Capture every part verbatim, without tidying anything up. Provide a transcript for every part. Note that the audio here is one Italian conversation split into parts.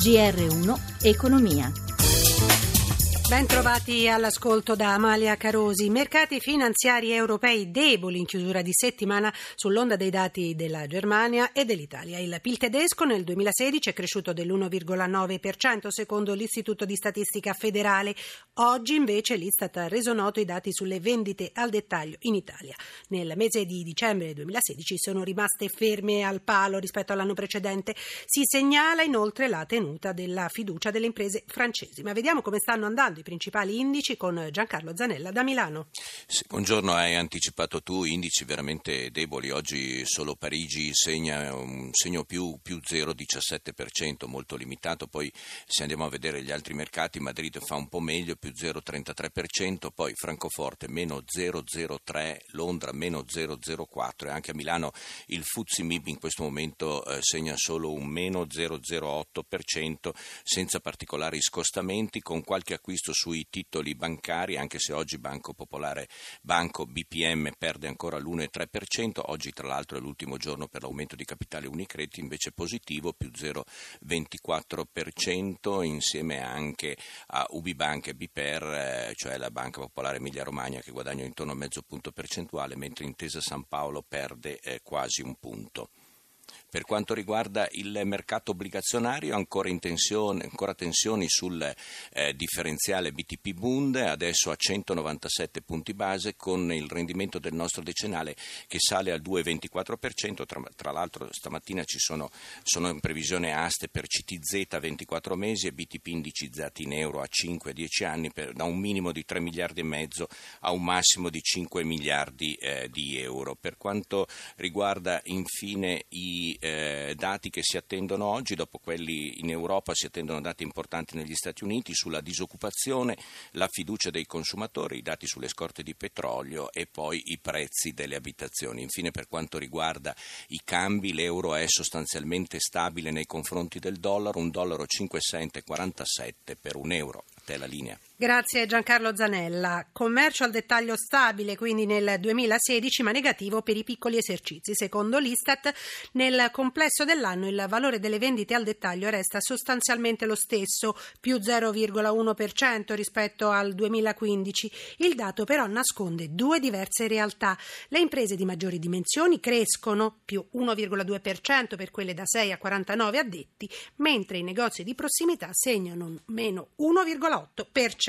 G R uno Economia. Ben trovati all'ascolto da Amalia Carosi. Mercati finanziari europei deboli in chiusura di settimana sull'onda dei dati della Germania e dell'Italia. Il P I L tedesco nel duemilasedici è cresciuto dell'uno virgola nove per cento secondo l'Istituto di Statistica Federale. Oggi invece l'Istat ha reso noto i dati sulle vendite al dettaglio in Italia. Nel mese di dicembre duemilasedici sono rimaste ferme al palo rispetto all'anno precedente. Si segnala inoltre la tenuta della fiducia delle imprese francesi. Ma vediamo come stanno andando i principali indici con Giancarlo Zanella da Milano. Sì, buongiorno, hai anticipato tu indici veramente deboli. Oggi solo Parigi segna un segno più, più zero virgola diciassette per cento, molto limitato. Poi se andiamo a vedere gli altri mercati, Madrid fa un po' meglio, più zero virgola trentatré per cento, poi Francoforte meno zero virgola zero tre, Londra meno zero virgola zero quattro e anche a Milano il F T S E M I B in questo momento eh, segna solo un meno zero virgola zero otto per cento senza particolari scostamenti, con qualche acquisto sui titoli bancari, anche se oggi Banco Popolare, Banco B P M perde ancora l'uno virgola tre per cento. Oggi tra l'altro è l'ultimo giorno per l'aumento di capitale Unicredit, invece positivo, più zero virgola ventiquattro per cento, insieme anche a UbiBanca e B P E R, eh, cioè la Banca Popolare Emilia Romagna, che guadagna intorno a mezzo punto percentuale, mentre Intesa San Paolo perde eh, quasi un punto. Per quanto riguarda il mercato obbligazionario, ancora in tensione, ancora tensioni sul eh, differenziale B T P Bund, adesso a centonovantasette punti base, con il rendimento del nostro decennale che sale al due virgola ventiquattro per cento. Tra, tra l'altro stamattina ci sono, sono in previsione aste per C T Z a ventiquattro mesi e B T P indicizzati in euro a cinque a dieci anni, per, da un minimo di tre miliardi e mezzo a un massimo di cinque miliardi eh, di euro. Per quanto riguarda infine i Eh, dati che si attendono oggi, dopo quelli in Europa si attendono dati importanti negli Stati Uniti sulla disoccupazione, la fiducia dei consumatori, i dati sulle scorte di petrolio e poi i prezzi delle abitazioni. Infine, per quanto riguarda i cambi, l'euro è sostanzialmente stabile nei confronti del dollaro, un dollaro cinque virgola quarantasette per un euro. A te la linea. Grazie Giancarlo Zanella. Commercio al dettaglio stabile quindi nel duemilasedici, ma negativo per i piccoli esercizi. Secondo l'Istat, nel complesso dell'anno il valore delle vendite al dettaglio resta sostanzialmente lo stesso, più zero virgola uno per cento rispetto al duemilaquindici. Il dato però nasconde due diverse realtà. Le imprese di maggiori dimensioni crescono, più uno virgola due per cento per quelle da sei a quarantanove addetti, mentre i negozi di prossimità segnano meno uno virgola otto per cento.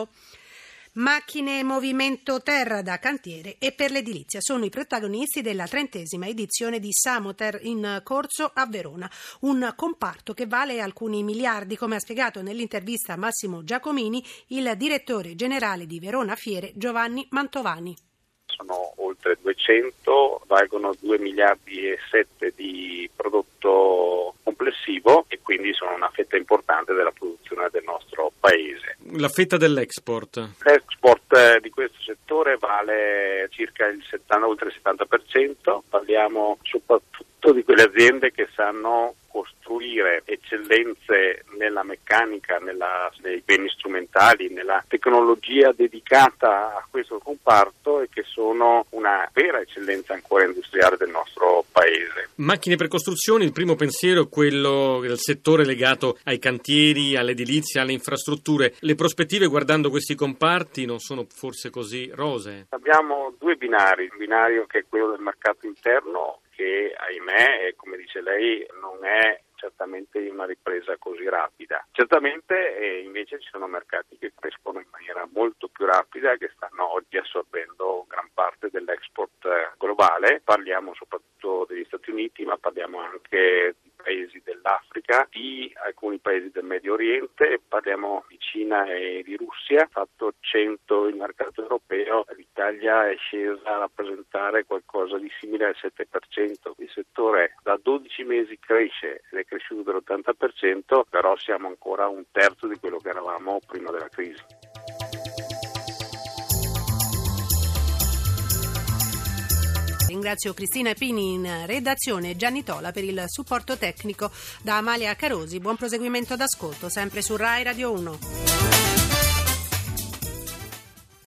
Macchine Movimento Terra da cantiere e per l'edilizia sono i protagonisti della trentesima edizione di Samoter in corso a Verona, un comparto che vale alcuni miliardi, come ha spiegato nell'intervista a Massimo Giacomini il direttore generale di Verona Fiere Giovanni Mantovani. Sono oltre duecento, valgono due miliardi e sette di prodotto complessivo e quindi sono una fetta importante della produzione del nostro paese. La fetta dell'export? L'export di questo settore vale circa il settanta, oltre il settanta per cento, parliamo soprattutto di quelle aziende che sanno costruire eccellenze nella meccanica, nella, nei beni strumentali, nella tecnologia dedicata a questo comparto e che sono una vera eccellenza ancora industriale del nostro paese. Macchine per costruzioni, il primo pensiero è quello del settore legato ai cantieri, all'edilizia, alle infrastrutture. Le prospettive guardando questi comparti non sono forse così rosee? Abbiamo due binari, un binario che è quello del mercato interno, che ahimè, come dice lei, non è certamente una ripresa così rapida. Certamente eh, invece ci sono mercati che crescono in maniera molto più rapida e che stanno oggi assorbendo gran parte dell'export eh, globale. Parliamo soprattutto degli Stati Uniti, ma parliamo anche di paesi dell'Africa, di alcuni paesi del Medio Oriente, parliamo di Cina e di Russia. Fatto cento il mercato europeo, l'Italia è scesa a rappresentare qualcosa di simile al sette per cento. Il settore da dodici mesi cresce ed è cresciuto dell'ottanta per cento, però siamo ancora a un terzo di quello che eravamo prima della crisi. Ringrazio Cristina Pini in redazione e Gianni Tola per il supporto tecnico. Da Amalia Carosi, buon proseguimento d'ascolto, sempre su Rai Radio uno.